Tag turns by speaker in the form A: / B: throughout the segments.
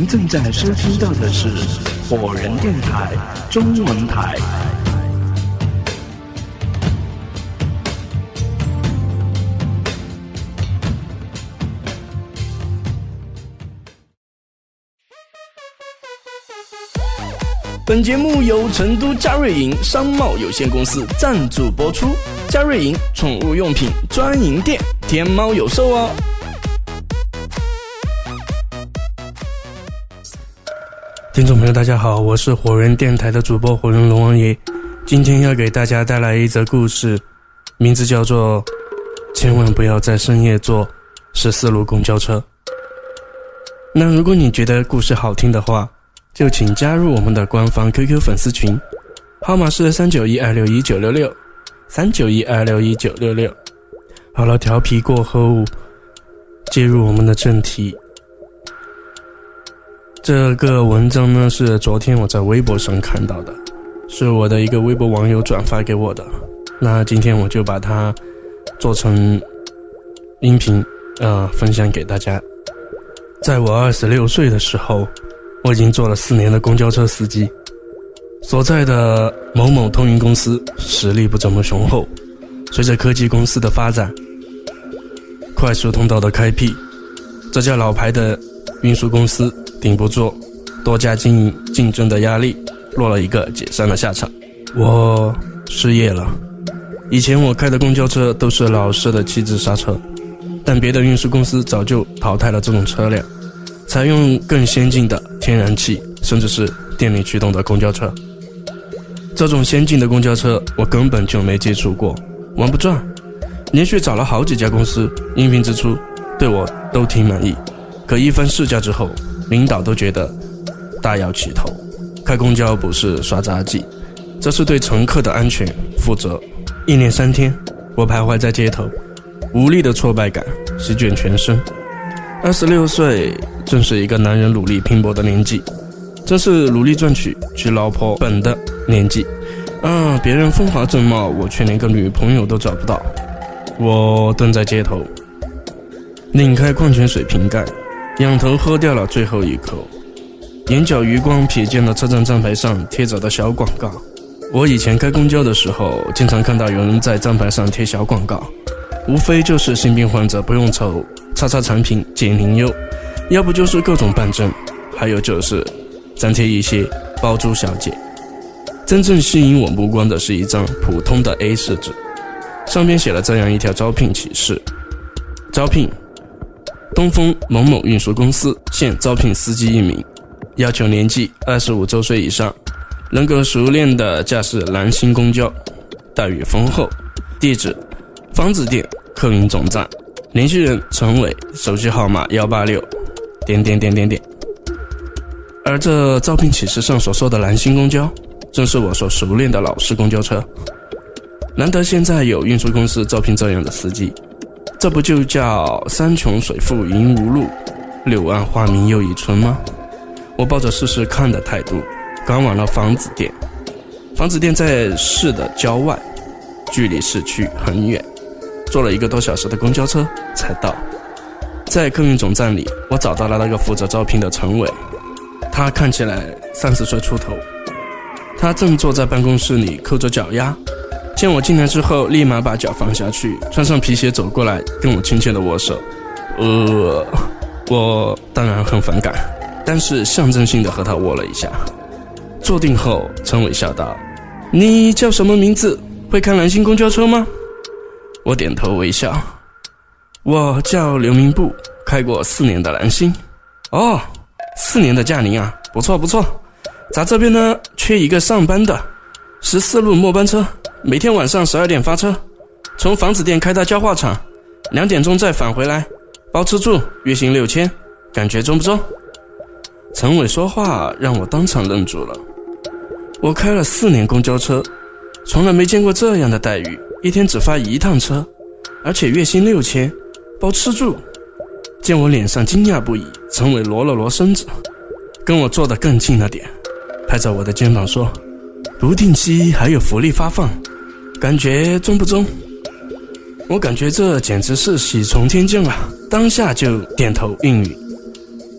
A: 正在收听到的是火人电台中文台。本节目由成都嘉瑞银商贸有限公司赞助播出。嘉瑞银宠物用品专营店，天猫有售哦。
B: 听众朋友大家好，我是火人电台的主播火人龙王爷，今天要给大家带来一则故事，名字叫做千万不要在深夜坐14路公交车。那如果你觉得故事好听的话，就请加入我们的官方 QQ 粉丝群，号码是391261966 391261966。好了，调皮过后，接入我们的正题。这个文章呢是昨天我在微博上看到的，是我的一个微博网友转发给我的，那今天我就把它做成音频分享给大家。在我26岁的时候，我已经做了4年的公交车司机，所在的某某通运公司实力不怎么雄厚，随着科技公司的发展，快速通道的开辟，这家老牌的运输公司顶不住多家竞争的压力，落了一个解散的下场。我失业了。以前我开的公交车都是老式的7字刹车，但别的运输公司早就淘汰了这种车辆，采用更先进的天然气甚至是电力驱动的公交车。这种先进的公交车我根本就没接触过，玩不转，连续找了好几家公司，应聘之初对我都挺满意，可一番试驾之后，领导都觉得大要起头，开公交不是耍杂技，这是对乘客的安全负责。1连3天，我徘徊在街头，无力的挫败感席卷全身。26岁正是一个男人努力拼搏的年纪，正是努力赚取老婆本的年纪。别人风华正茂，我却连个女朋友都找不到。我蹲在街头，拧开矿泉水瓶盖，仰头喝掉了最后一口，眼角余光瞥见了车站站牌上贴着的小广告。我以前开公交的时候，经常看到有人在站牌上贴小广告，无非就是心病患者不用愁，叉叉产品减龄优，要不就是各种办证，还有就是粘贴一些包租小姐。真正吸引我目光的是一张普通的 A4 纸，上面写了这样一条招聘启事：招聘东风某某运输公司现招聘司机1名，要求年纪25周岁以上，能够熟练的驾驶南星公交，待遇丰厚，地址房子店客运总站，联系人陈伟，手机号码186……而这招聘启事上所说的南星公交，正是我所熟练的老式公交车。难得现在有运输公司招聘这样的司机，这不就叫山穷水复疑无路，柳暗花明又一村吗？我抱着试试看的态度赶往了房子店。房子店在市的郊外，距离市区很远，坐了1个多小时的公交车才到。在客运总站里，我找到了那个负责招聘的陈伟，他看起来30岁出头，他正坐在办公室里扣着脚丫，见我进来之后立马把脚放下去，穿上皮鞋走过来跟我亲切的握手。我当然很反感，但是象征性的和他握了一下。坐定后，陈伟笑道：“你叫什么名字？会开南星公交车吗？”我点头微笑：“我叫刘明步，开过4年的南星。”“哦，4年的驾龄啊，不错不错。咱这边呢，缺一个上班的14路末班车，每天晚上12点发车，从房子店开到焦化厂，2点钟再返回来，包吃住，月薪6000，感觉中不中？”陈伟说话让我当场愣住了。我开了4年公交车，从来没见过这样的待遇，一天只发1趟车，而且月薪6000，包吃住。见我脸上惊讶不已，陈伟挪了挪身子，跟我坐得更近了点，拍着我的肩膀说：“不定期还有福利发放，感觉中不中？”我感觉这简直是喜从天降啊，当下就点头应允。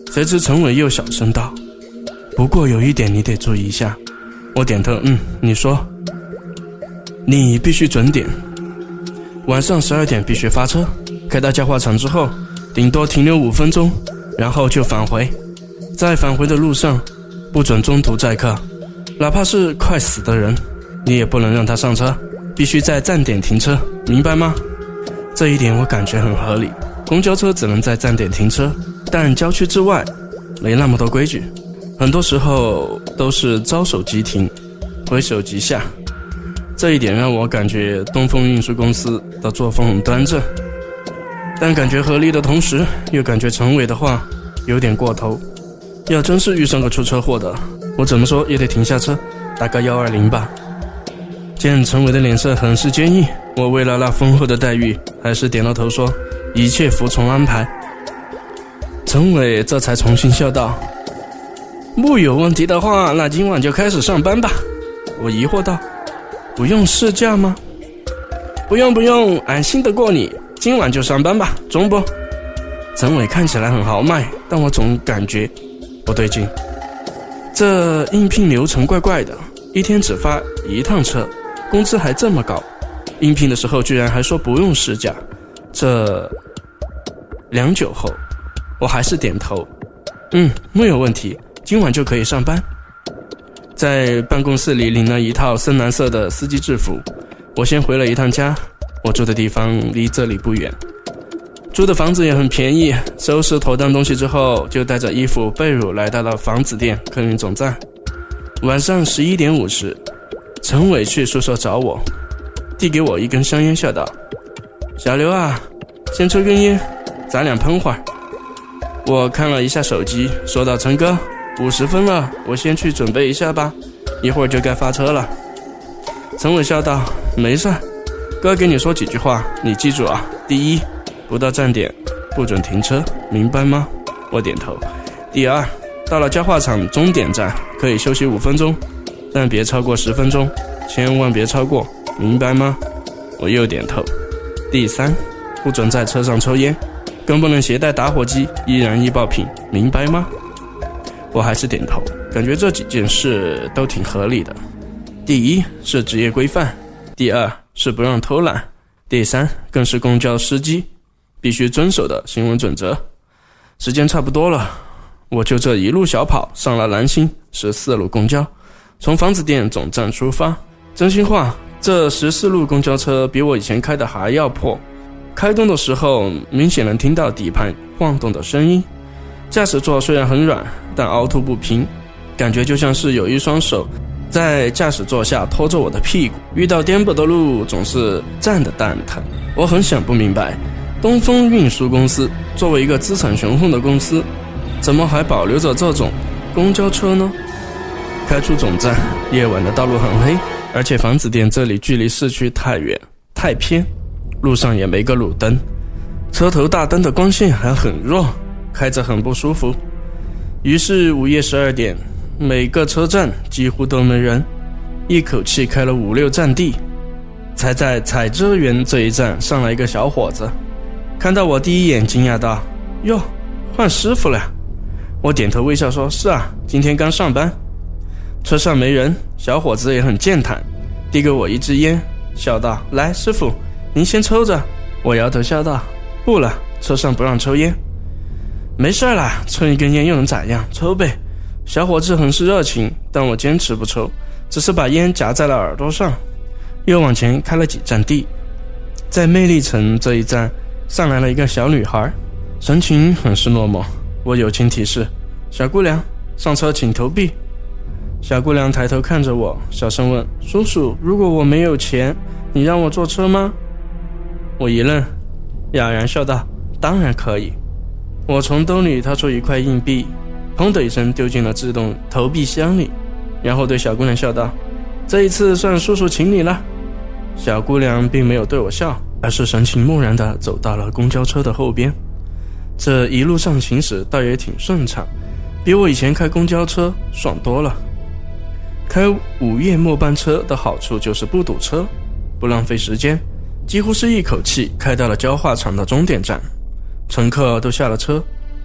B: 谁知陈伟又小声道：不过有一点你得注意一下。我点头，你说。你必须准点，晚上12点必须发车，开到焦化厂之后顶多停留5分钟，然后就返回。在返回的路上不准中途载客，哪怕是快死的人你也不能让他上车，必须在站点停车，明白吗？这一点我感觉很合理，公交车只能在站点停车，但郊区之外没那么多规矩，很多时候都是招手即停，回手即下。这一点让我感觉东风运输公司的作风很端正，但感觉合理的同时又感觉陈伟的话有点过头。要真是遇上个出车祸的，我怎么说也得停下车打个120吧。见陈伟的脸色很是坚毅，我为了那丰厚的待遇还是点了头说一切服从安排。陈伟这才重新笑道：木有问题的话，那今晚就开始上班吧。我疑惑道：不用试驾吗？不用，俺信得过你，今晚就上班吧，中不？陈伟看起来很豪迈，但我总感觉不对劲。这应聘流程怪怪的，一天只发1趟车，工资还这么高，应聘的时候居然还说不用试驾。这良久后我还是点头，没有问题，今晚就可以上班。在办公室里领了一套深蓝色的司机制服，我先回了一趟家。我住的地方离这里不远，租的房子也很便宜。收拾妥当东西之后，就带着衣服被褥来到了房子店客运总站。晚上11点50，陈伟去宿舍找我，递给我一根香烟，笑道：小刘啊，先抽根烟，咱俩喷会儿。我看了一下手机，说道：陈哥，50分了，我先去准备一下吧，一会儿就该发车了。陈伟笑道：没事，哥给你说几句话，你记住啊。第一，不到站点不准停车，明白吗？我点头。第二，到了焦化厂终点站可以休息5分钟，但别超过10分钟，千万别超过，明白吗？我又点头。第三，不准在车上抽烟，更不能携带打火机、易燃易爆品，明白吗？我还是点头，感觉这几件事都挺合理的。第一是职业规范，第二是不让偷懒，第三更是公交司机必须遵守的行为准则。时间差不多了，我就这一路小跑上了南星14路公交，从房子店总站出发。真心话，这14路公交车比我以前开的还要破，开动的时候明显能听到底盘晃动的声音。驾驶座虽然很软，但凹凸不平，感觉就像是有一双手在驾驶座下拖着我的屁股，遇到颠簸的路总是站得蛋疼。我很想不明白，东风运输公司作为一个资产雄厚的公司，怎么还保留着这种公交车呢？开出总站，夜晚的道路很黑，而且房子店这里距离市区太远太偏，路上也没个路灯，车头大灯的光线还很弱，开着很不舒服。于是午夜12点，每个车站几乎都没人，一口气开了5、6站地，才在采遮园这一站上来一个小伙子，看到我第一眼惊讶道：哟，换师傅了呀？我点头微笑说：是啊，今天刚上班。车上没人，小伙子也很健谈，递给我一支烟，笑道：来，师傅，您先抽着。我摇头笑道：不了，车上不让抽烟。没事啦，抽一根烟又能咋样，抽呗。小伙子很是热情，但我坚持不抽，只是把烟夹在了耳朵上，又往前开了几站地。在魅力城这一站上来了一个小女孩，神情很是落寞。我友情提示：小姑娘，上车请投币。小姑娘抬头看着我，小声问：叔叔，如果我没有钱，你让我坐车吗？我一愣，哑然笑道：当然可以。我从兜里掏出一块硬币，砰的一声丢进了自动投币箱里，然后对小姑娘笑道：这一次算叔叔请你了。小姑娘并没有对我笑，而是神情木然地走到了公交车的后边。这一路上行驶倒也挺顺畅，比我以前开公交车爽多了。开午夜末班车的好处就是不堵车，不浪费时间，几乎是一口气开到了焦化厂的终点站。乘客都下了车，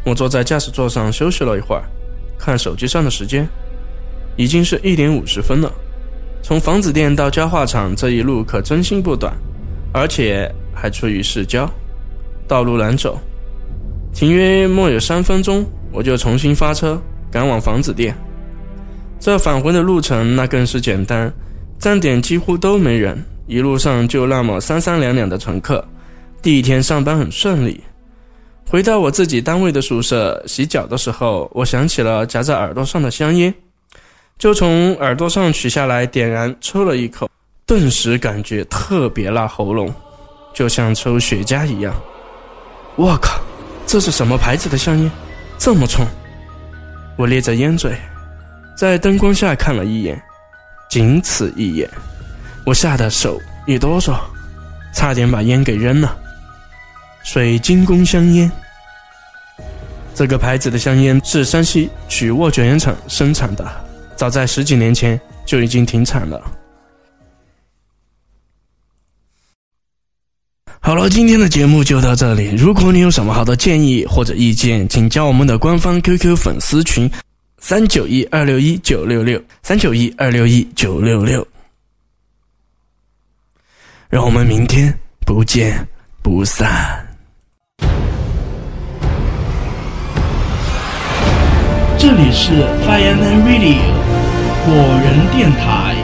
B: 我坐在驾驶座上休息了一会儿，看手机上的时间，已经是1点50分了。从房子店到焦化厂这一路可真心不短，而且还处于市郊，道路难走。停约莫有3分钟，我就重新发车赶往房子店。这返回的路程那更是简单，站点几乎都没人，一路上就那么3两两的乘客。第一天上班很顺利。回到我自己单位的宿舍，洗脚的时候，我想起了夹在耳朵上的香烟，就从耳朵上取下来点燃抽了一口，顿时感觉特别辣喉咙，就像抽雪茄一样。我靠，这是什么牌子的香烟？这么冲！我咧着烟嘴，在灯光下看了一眼，仅此一眼，我吓得手一哆嗦，差点把烟给扔了。水晶宫香烟，这个牌子的香烟是山西曲沃卷烟厂生产的，早在10几年前就已经停产了。好了，今天的节目就到这里。如果你有什么好的建议或者意见，请加我们的官方 QQ 粉丝群391261966，391261966。让我们明天不见不散。
A: 这里是 Fireman Radio 火人电台。